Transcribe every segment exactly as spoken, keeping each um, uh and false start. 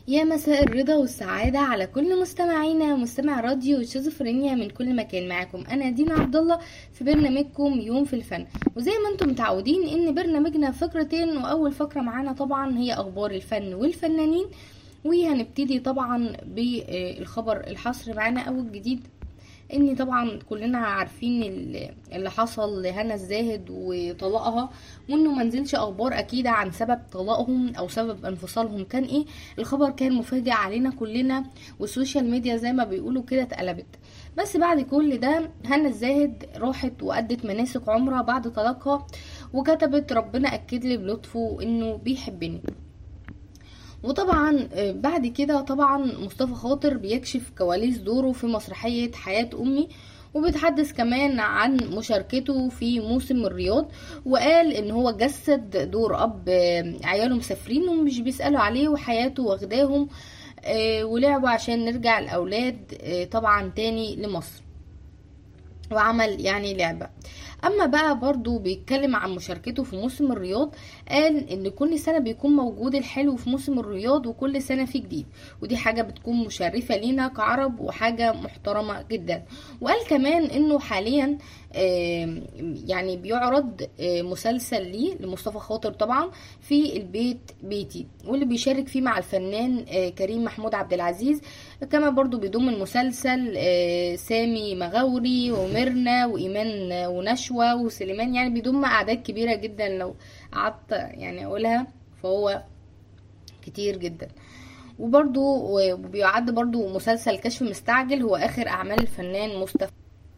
يا مساء الرضا والسعادة على كل مستمعينا مستمع راديو شيزوفرينيا من كل مكان. معاكم أنا دينا عبد الله في برنامجكم يوم في الفن. وزي ما انتم متعودين ان برنامجنا فقرتين، واول فقرة معانا طبعا هي اخبار الفن والفنانين، وهنبتدي طبعا بالخبر الحصري معانا او الجديد. ان طبعا كلنا عارفين اللي حصل لهنا الزاهد وطلاقها، وانه منزلش اخبار اكيدة عن سبب طلاقهم او سبب انفصالهم كان ايه. الخبر كان مفاجئ علينا كلنا، والسوشيال ميديا زي ما بيقولوا كده اتقلبت. بس بعد كل ده هنا الزاهد راحت وادت مناسك عمرها بعد طلاقها، وكتبت ربنا اكد لي بلطفه انه بيحبني. وطبعا بعد كده طبعا مصطفى خاطر بيكشف كواليس دوره في مسرحية حياة أمي، وبيتحدث كمان عن مشاركته في موسم الرياض، وقال ان هو جسد دور اب عياله مسافرين ومش بيسألوا عليه وحياته واخداهم، ولعبوا عشان نرجع الاولاد طبعا تاني لمصر، وعمل يعني لعبة. اما بقى برضو بيتكلم عن مشاركته في موسم الرياض، قال ان كل سنة بيكون موجود الحلو في موسم الرياض، وكل سنة فيه جديد، ودي حاجة بتكون مشرفة لينا كعرب وحاجة محترمة جدا. وقال كمان انه حاليا يعني بيعرض مسلسل ليه لمصطفى خاطر طبعا في البيت بيتي، واللي بيشارك فيه مع الفنان كريم محمود عبد العزيز. كما برضو بيضم المسلسل سامي مغاوري وميرنا وإيمان ونشوى وسليمان، يعني بيضم أعداد كبيرة جدا لو قعدت يعني أقولها فهو كتير جدا. وبرضو بيعد برضو مسلسل كشف مستعجل هو آخر أعمال الفنان مصطفى.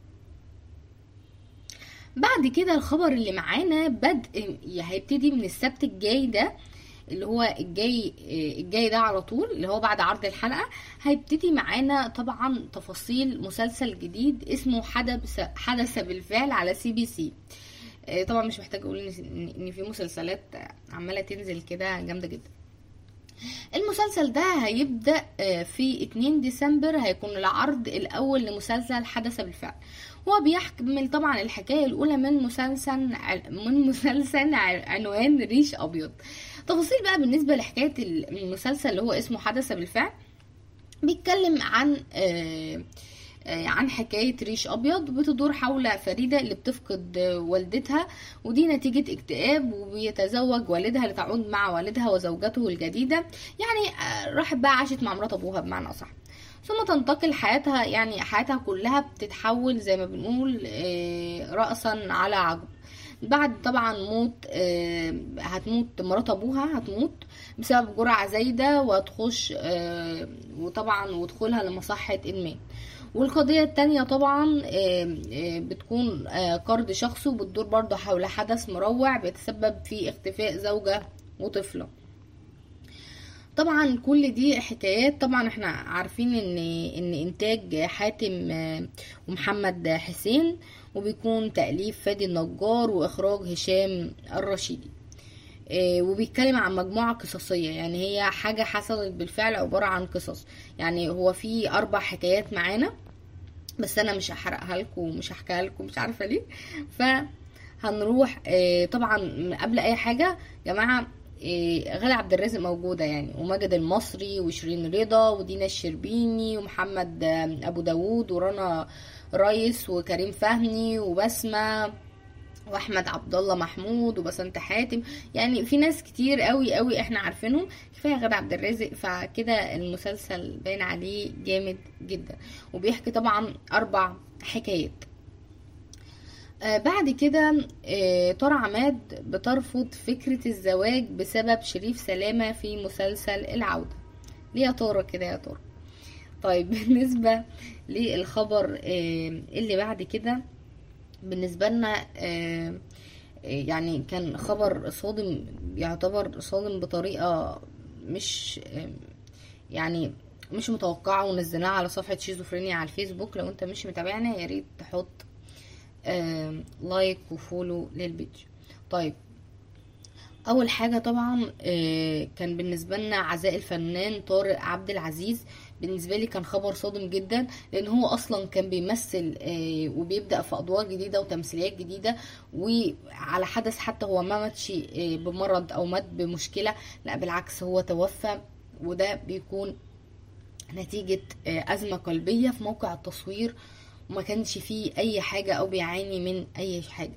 بعد كده الخبر اللي معانا بدء هيبتدي من السبت الجاي ده، اللي هو الجاي الجاي ده على طول، اللي هو بعد عرض الحلقة هيبتدي معانا طبعا تفاصيل مسلسل جديد اسمه حدث حدث بالفعل على سي بي سي. طبعا مش محتاج اقول ان في مسلسلات عمالة تنزل كده جامدة جدا. المسلسل ده هيبدأ في اتنين ديسمبر، هيكون العرض الاول لمسلسل حدث بالفعل. هو بيحمل طبعا الحكاية الاولى من مسلسل من مسلسل عنوان ريش ابيض. تفاصيل بقى بالنسبة لحكاية المسلسل اللي هو اسمه حدث بالفعل، بيتكلم عن آه عن حكاية ريش أبيض بتدور حول فريدة اللي بتفقد والدتها، ودي نتيجة اكتئاب، وبيتزوج والدها لتعود مع والدها وزوجته الجديدة. يعني راحت بقى عاشت مع مرات أبوها بمعنى أصح، ثم تنتقل حياتها، يعني حياتها كلها بتتحول زي ما بنقول رأسا على عقب. بعد طبعا موت آه هتموت مرات ابوها، هتموت بسبب جرعة زايدة، وهتخش آه وطبعا ودخولها لمصحة ادمان. والقضية التانية طبعا آه آه بتكون آه قرض شخصي، وبتدور برضه حول حدث مروع بيتسبب في اختفاء زوجة وطفلة. طبعا كل دي حكايات، طبعا احنا عارفين ان ان انتاج حاتم ومحمد حسين، وبيكون تأليف فادي النجار واخراج هشام الرشيدي. وبيتكلم عن مجموعة قصصية، يعني هي حاجة حصلت بالفعل، عبارة عن قصص. يعني هو في اربع حكايات معانا، بس انا مش هحرقها لكم ومش هحكيها لكم، مش عارفة ليه. فهنروح طبعا قبل اي حاجة يا جماعة، غادة عبد الرازق موجودة يعني، وماجد المصري وشيرين رضا ودينا الشربيني ومحمد ابو داوود ورنا ريس وكريم فهمي وبسمة واحمد عبد الله محمود وبسنت حاتم. يعني في ناس كتير قوي قوي احنا عارفينهم، كفايه غادة عبد الرازق. فكده المسلسل باين عليه جامد جدا، وبيحكي طبعا اربع حكايات. آه بعد كده آه طارق عماد بترفض فكرة الزواج بسبب شريف سلامة في مسلسل العودة. ليه يا طارق كده يا طارق؟ طيب بالنسبة للخبر آه اللي بعد كده بالنسبة لنا آه يعني كان خبر صادم، يعتبر صادم بطريقة مش آه يعني مش متوقعة، ونزلناها على صفحة شيزوفرينيا على الفيسبوك. لو انت مش متابعنا يا ريت تحط آه لايك وفولو للبيج. طيب اول حاجه طبعا آه كان بالنسبه لنا عزاء الفنان طارق عبد العزيز. بالنسبه لي كان خبر صادم جدا، لان هو اصلا كان بيمثل آه وبيبدا في ادوار جديده وتمثيليات جديده، وعلى حدث حتى هو ما ماتش آه بمرض او مات بمشكله، لا بالعكس هو توفى وده بيكون نتيجة أزمة قلبية في موقع التصوير، وما كانش فيه أي حاجة أو بيعاني من أي حاجة.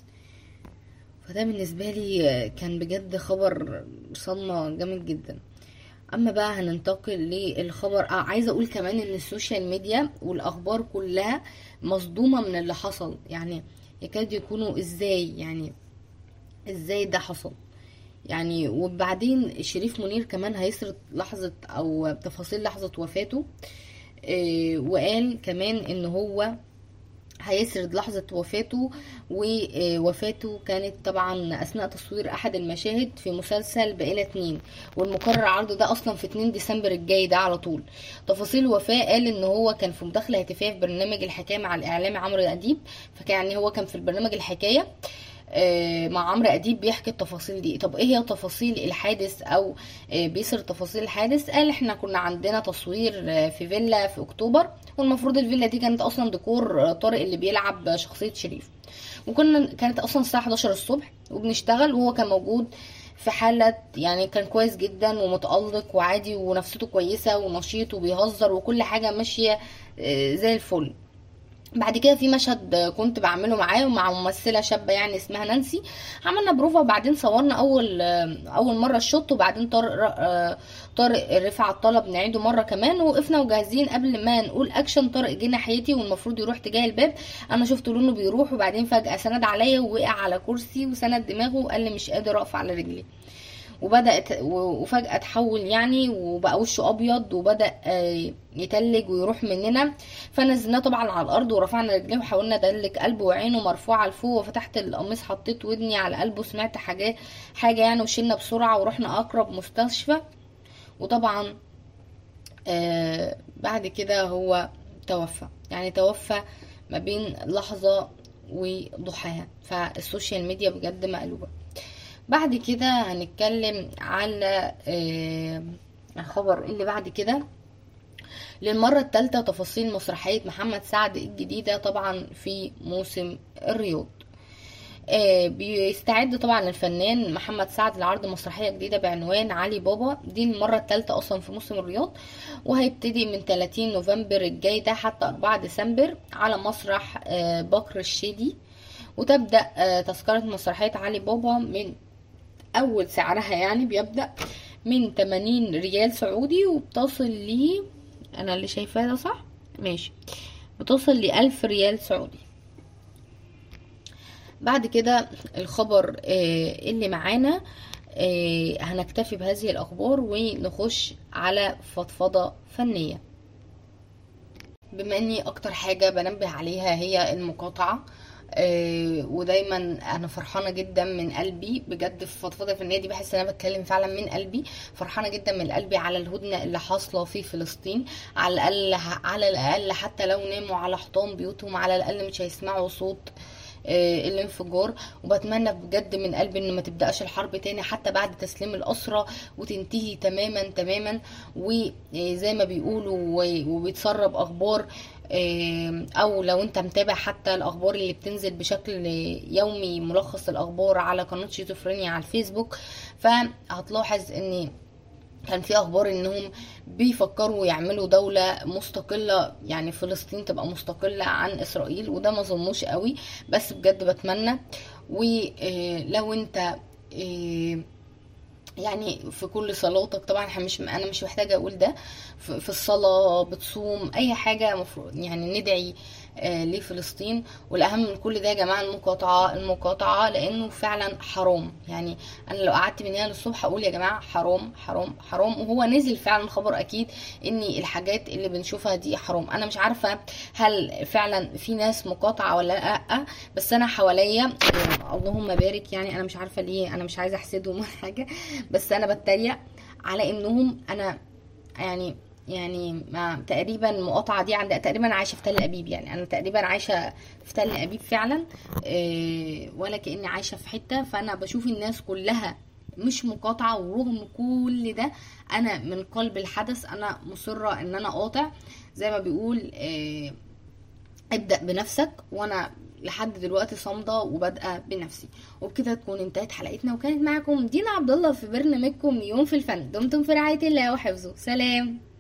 فده بالنسبة لي كان بجد خبر صدمة جامد جدا. اما بقى هننتقل للخبر، اه عايزه اقول كمان ان السوشيال ميديا والاخبار كلها مصدومه من اللي حصل، يعني يكاد يكونوا ازاي يعني ازاي ده حصل يعني. وبعدين شريف منير كمان هيسرد لحظه او تفاصيل لحظه وفاته، اه وقال كمان ان هو هيسرد لحظة وفاته. ووفاته كانت طبعا أثناء تصوير أحد المشاهد في مسلسل بقينا اتنين، والمقرر عرضه ده أصلا في اتنين ديسمبر الجاي ده على طول. تفاصيل الوفاة قال إن هو كان في مداخلة هاتفية في برنامج الحكاية مع الإعلامي عمرو أديب، فكان يعني هو كان في البرنامج الحكاية مع عمرو أديب بيحكي التفاصيل دي. طب ايه هي تفاصيل الحادث او بيسر تفاصيل الحادث؟ قال احنا كنا عندنا تصوير في فيلا في اكتوبر، والمفروض الفيلا دي كانت اصلا ديكور طارق اللي بيلعب شخصية شريف، وكنا كانت اصلا الساعة حداشر الصبح وبنشتغل، وهو كان موجود في حالة يعني كان كويس جدا ومتألق وعادي ونفسيته كويسة ونشيط وبيهزر وكل حاجة ماشية زي الفل. بعد كده في مشهد كنت بعمله معاه ومع ممثله شابه يعني اسمها نانسي، عملنا بروفا وبعدين صورنا اول اول مره الشوت، وبعدين طارق طارق رفع الطلب نعيده مره كمان، ووقفنا وجاهزين قبل ما نقول اكشن طارق جه ناحيتي والمفروض يروح تجاه الباب، انا شفت لونه بيروح وبعدين فجاه سند عليا ووقع على كرسي وسند دماغه وقال لي مش قادر اقف على رجلي، وبدات وفجاه اتحول يعني وبقى وشه ابيض وبدا يتلج ويروح مننا، فنزلناه طبعا على الارض ورفعنا رجليه وحاولنا ندلك قلبه وعينه مرفوعه لفوق، وفتحت القميص حطيت ودني على قلبه سمعت حاجه حاجه يعني، وشلنا بسرعه ورحنا اقرب مستشفى. وطبعا آه بعد كده هو توفى، يعني توفى ما بين لحظه وضحاها. فالسوشيال ميديا بجد مقلوبه. بعد كده هنتكلم على آه الخبر اللي بعد كده للمرة الثالثة تفاصيل مسرحية محمد سعد الجديدة طبعا في موسم الرياض. آه بيستعد طبعا الفنان محمد سعد لعرض مسرحية جديدة بعنوان علي بابا، دي المرة الثالثة اصلا في موسم الرياض، وهيبتدي من ثلاثين نوفمبر الجاي ده حتى أربعة ديسمبر على مسرح آه بكر الشيدي. وتبدأ آه تذكرة مسرحية علي بابا من اول سعرها يعني بيبدأ من تمانين ريال سعودي وبتصل لي انا اللي شايفاه ده صح ماشي بتصل لألف ريال سعودي. بعد كده الخبر اللي معانا هنكتفي بهذه الاخبار ونخش على فضفضة فنية. بما اني اكتر حاجة بنبه عليها هي المقاطعة، آه ودايما انا فرحانه جدا من قلبي بجد في فضفضه فنيه دي، بحس ان انا بتكلم فعلا من قلبي، فرحانه جدا من قلبي على الهدنه اللي حاصله في فلسطين. على الاقل على الاقل حتى لو ناموا على حيطان بيوتهم على الاقل مش هيسمعوا صوت آه الانفجار. وبتمنى بجد من قلبي ان ما تبداش الحرب تاني حتى بعد تسليم الاسرى وتنتهي تماما تماما. وزي ما بيقولوا وبيتسرب اخبار او لو انت متابع حتى الاخبار اللي بتنزل بشكل يومي ملخص الاخبار على قناة شيزوفرينيا على الفيسبوك، فهتلاحظ ان كان في اخبار انهم بيفكروا يعملوا دولة مستقلة، يعني فلسطين تبقى مستقلة عن اسرائيل، وده ما ظنوش قوي بس بجد بتمنى. ولو انت يعني في كل صلاتك طبعا احنا مش انا مش محتاجه اقول ده، في الصلاه بتصوم اي حاجه مفروض يعني ندعي آه لفلسطين. والاهم من كل ده يا جماعه المقاطعه المقاطعه لانه فعلا حرام. يعني انا لو قعدت من هنا للصبح اقول يا جماعه حرام حرام حرام، وهو نزل فعلا خبر اكيد ان الحاجات اللي بنشوفها دي حرام. انا مش عارفه هل فعلا في ناس مقاطعه ولا لا، بس انا حواليا اللهم بارك يعني انا مش عارفه ليه، انا مش عايزه احسدهم ولا حاجه، بس انا بتريق على انهم انا يعني يعني ما تقريبا المقاطعه دي عند تقريبا عايشه في تل ابيب، يعني انا تقريبا عايشه في تل ابيب فعلا إيه ولا كاني عايشه في حته. فانا بشوف الناس كلها مش مقاطعه، ورغم كل ده انا من قلب الحدث انا مصره ان انا قاطع. زي ما بيقول إيه ابدأ بنفسك، وانا لحد دلوقتي صامده وبادئه بنفسي. وبكده تكون انتهت حلقتنا، وكانت معاكم دينا عبد الله في برنامجكم يوم في الفن. دمتم في رعايه الله وحفظه. سلام.